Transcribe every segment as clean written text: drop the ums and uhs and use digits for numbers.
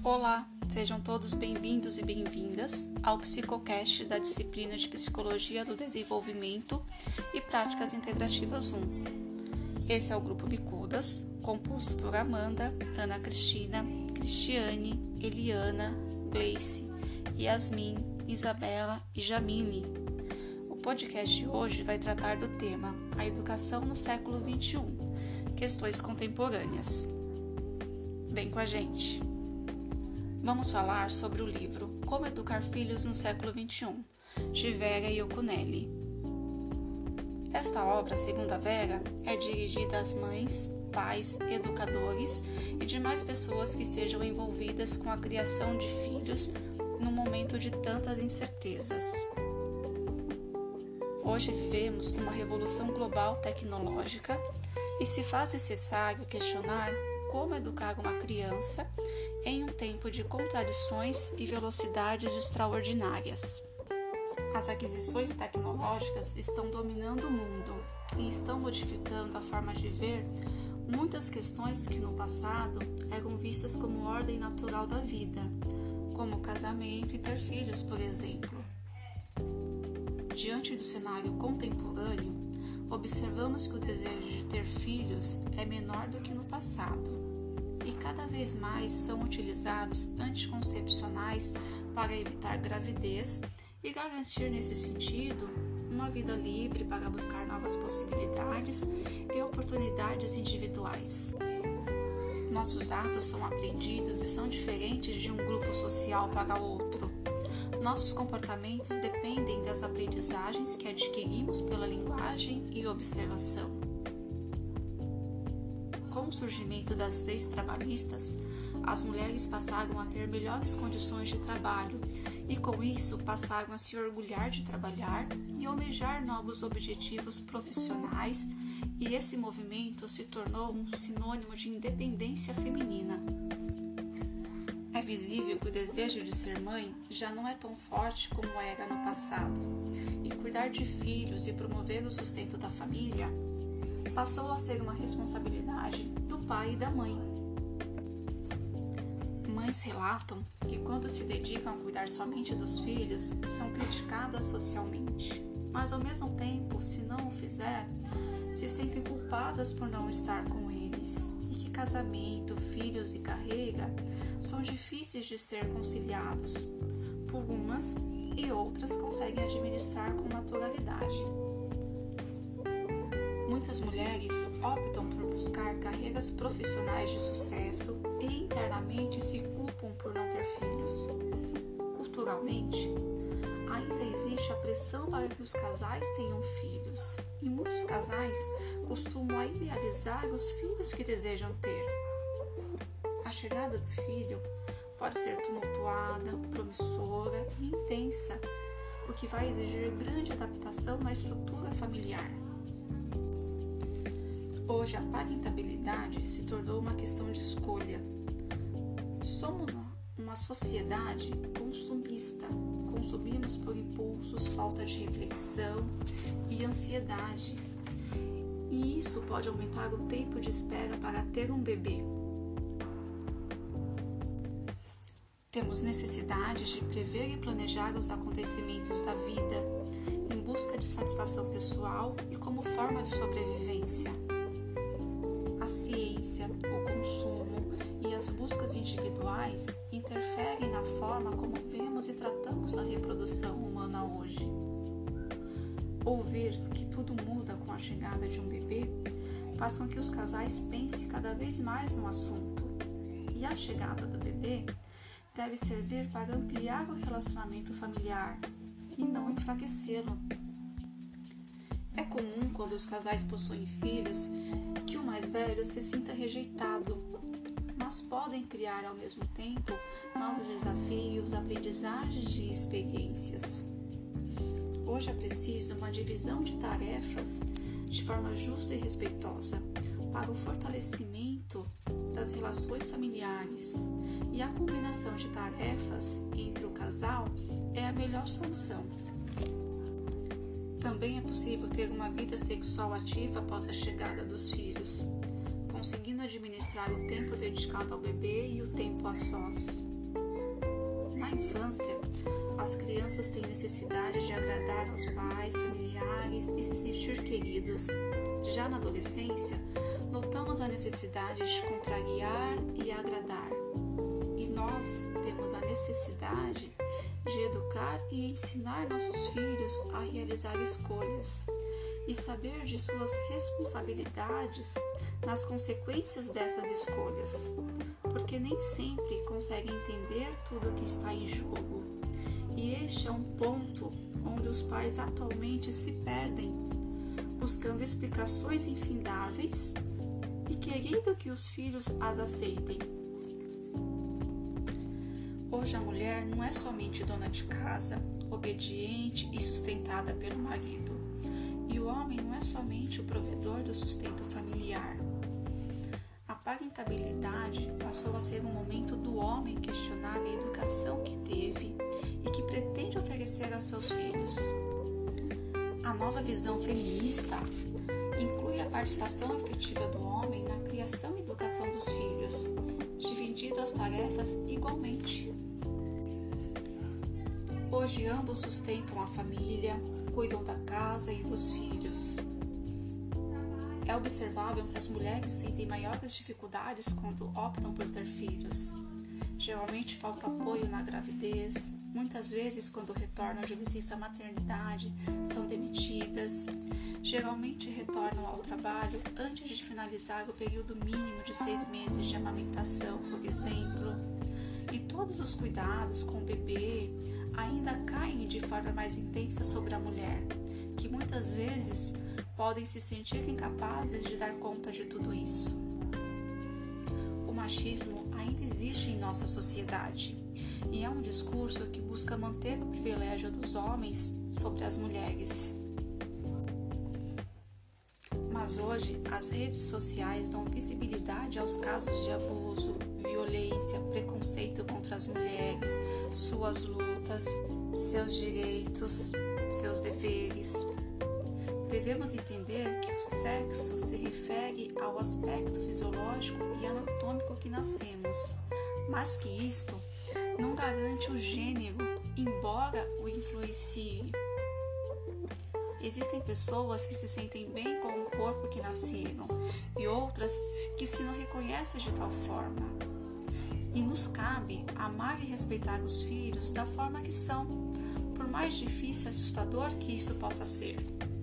Olá, sejam todos bem-vindos e bem-vindas ao Psicocast da disciplina de Psicologia do Desenvolvimento e Práticas Integrativas 1. Esse é o grupo Bicudas, composto por Amanda, Ana Cristina, Cristiane, Eliana, Gleice, Yasmin, Isabela e Jamile. O podcast de hoje vai tratar do tema A Educação no Século XXI, Questões Contemporâneas. Vem com a gente! Vamos falar sobre o livro Como Educar Filhos no Século XXI, de Vera Iaconelli. Esta obra, segundo a Vera, é dirigida às mães, pais, educadores e demais pessoas que estejam envolvidas com a criação de filhos num momento de tantas incertezas. Hoje vivemos uma revolução global tecnológica e se faz necessário questionar como educar uma criança em um tempo de contradições e velocidades extraordinárias. As aquisições tecnológicas estão dominando o mundo e estão modificando a forma de ver muitas questões que no passado eram vistas como ordem natural da vida, como casamento e ter filhos, por exemplo. Diante do cenário contemporâneo, observamos que o desejo de ter filhos é menor do que no passado e cada vez mais são utilizados anticoncepcionais para evitar gravidez e garantir, nesse sentido, uma vida livre para buscar novas possibilidades e oportunidades individuais. Nossos atos são aprendidos e são diferentes de um grupo social para outro. Nossos comportamentos dependem das aprendizagens que adquirimos pela linguagem e observação. Com o surgimento das leis trabalhistas, as mulheres passaram a ter melhores condições de trabalho e, com isso, passaram a se orgulhar de trabalhar e almejar novos objetivos profissionais, e esse movimento se tornou um sinônimo de independência feminina. É visível que o desejo de ser mãe já não é tão forte como era no passado, e cuidar de filhos e promover o sustento da família passou a ser uma responsabilidade do pai e da mãe. Mães relatam que quando se dedicam a cuidar somente dos filhos, são criticadas socialmente, mas ao mesmo tempo, se não o fizer, se sentem culpadas por não estar com eles, e que casamento, filhos e carreira são difíceis de ser conciliados. Por umas e outras conseguem administrar com naturalidade. Muitas mulheres optam por buscar carreiras profissionais de sucesso e internamente se culpam por não ter filhos. Culturalmente, ainda existe a pressão para que os casais tenham filhos, e muitos casais costumam idealizar os filhos que desejam ter. A chegada do filho pode ser tumultuada, promissora e intensa, o que vai exigir grande adaptação na estrutura familiar. Hoje, a parentabilidade se tornou uma questão de escolha. Somos uma sociedade consumista. Consumimos por impulsos, falta de reflexão e ansiedade. E isso pode aumentar o tempo de espera para ter um bebê. Temos necessidade de prever e planejar os acontecimentos da vida, em busca de satisfação pessoal e como forma de sobrevivência. A ciência, o consumo e as buscas individuais interferem na forma como vemos e tratamos a reprodução humana hoje. Ouvir que tudo muda com a chegada de um bebê faz com que os casais pensem cada vez mais no assunto, e a chegada do bebê deve servir para ampliar o relacionamento familiar e não enfraquecê-lo. É comum, quando os casais possuem filhos, que o mais velho se sinta rejeitado, mas podem criar ao mesmo tempo novos desafios, aprendizagens e experiências. Hoje é preciso uma divisão de tarefas de forma justa e respeitosa para o fortalecimento das relações familiares, e a combinação de tarefas entre o casal é a melhor solução. Também é possível ter uma vida sexual ativa após a chegada dos filhos, conseguindo administrar o tempo dedicado ao bebê e o tempo a sós. infância, as crianças têm necessidade de agradar aos pais, familiares e se sentir queridos. Já na adolescência, notamos a necessidade de contrariar e agradar. E nós temos a necessidade de educar e ensinar nossos filhos a realizar escolhas e saber de suas responsabilidades nas consequências dessas escolhas, porque nem sempre conseguem entender tudo o que está em jogo. E este é um ponto onde os pais atualmente se perdem, buscando explicações infindáveis e querendo que os filhos as aceitem. Hoje a mulher não é somente dona de casa, obediente e sustentada pelo marido. E o homem não é somente o provedor do sustento familiar. A parentabilidade passou a ser um momento do homem questionar a educação que teve e que pretende oferecer aos seus filhos. A nova visão feminista inclui a participação efetiva do homem na criação e educação dos filhos, dividindo as tarefas igualmente. Hoje ambos sustentam a família, cuidam da casa e dos filhos. É observável que as mulheres sentem maiores dificuldades quando optam por ter filhos. Geralmente falta apoio na gravidez, muitas vezes quando retornam de licença maternidade, são demitidas. Geralmente retornam ao trabalho antes de finalizar o período mínimo de 6 meses de amamentação, por exemplo. E todos os cuidados com o bebê ainda caem de forma mais intensa sobre a mulher, que muitas vezes podem se sentir incapazes de dar conta de tudo isso. O machismo ainda existe em nossa sociedade e é um discurso que busca manter o privilégio dos homens sobre as mulheres. Mas hoje, as redes sociais dão visibilidade aos casos de abuso, violência, preconceito contra as mulheres, suas lutas, seus direitos, seus deveres. Devemos entender que o sexo se refere ao aspecto fisiológico e anatômico que nascemos, mas que isto não garante o gênero, embora o influencie. Existem pessoas que se sentem bem com o corpo que nasceram e outras que se não reconhecem de tal forma. E nos cabe amar e respeitar os filhos da forma que são, por mais difícil e assustador que isso possa ser.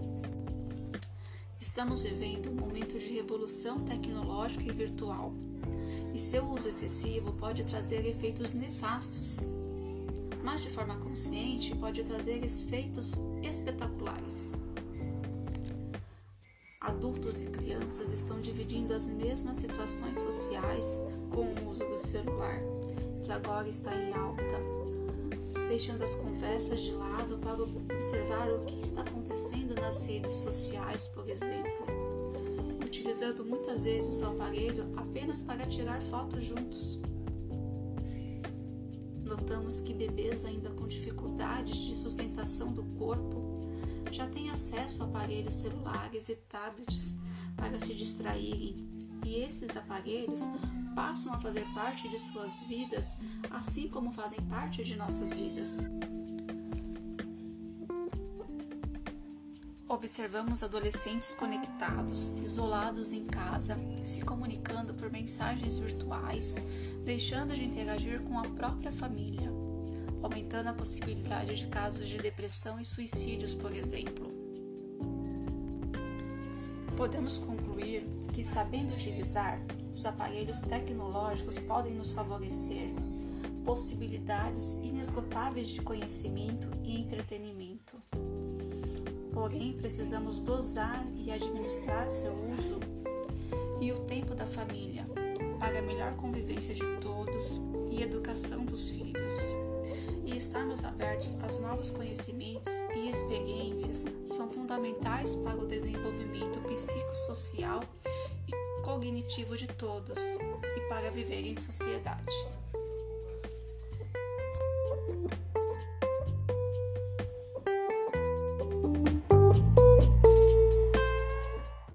Estamos vivendo um momento de revolução tecnológica e virtual, e seu uso excessivo pode trazer efeitos nefastos, mas de forma consciente pode trazer efeitos espetaculares. Adultos e crianças estão dividindo as mesmas situações sociais com o uso do celular, que agora está em alta, deixando as conversas de lado para observar o que está acontecendo nas redes sociais, por exemplo, utilizando muitas vezes o aparelho apenas para tirar fotos juntos. Notamos que bebês ainda com dificuldades de sustentação do corpo já têm acesso a aparelhos celulares e tablets para se distraírem, e esses aparelhos passam a fazer parte de suas vidas, assim como fazem parte de nossas vidas. Observamos adolescentes conectados, isolados em casa, se comunicando por mensagens virtuais, deixando de interagir com a própria família, aumentando a possibilidade de casos de depressão e suicídios, por exemplo. Podemos concluir que, sabendo utilizar, os aparelhos tecnológicos podem nos favorecer possibilidades inesgotáveis de conhecimento e entretenimento. Porém, precisamos dosar e administrar seu uso e o tempo da família para a melhor convivência de todos e educação dos filhos. E estarmos abertos aos novos conhecimentos e experiências são fundamentais para o desenvolvimento psicossocial e cognitivo de todos e para viver em sociedade.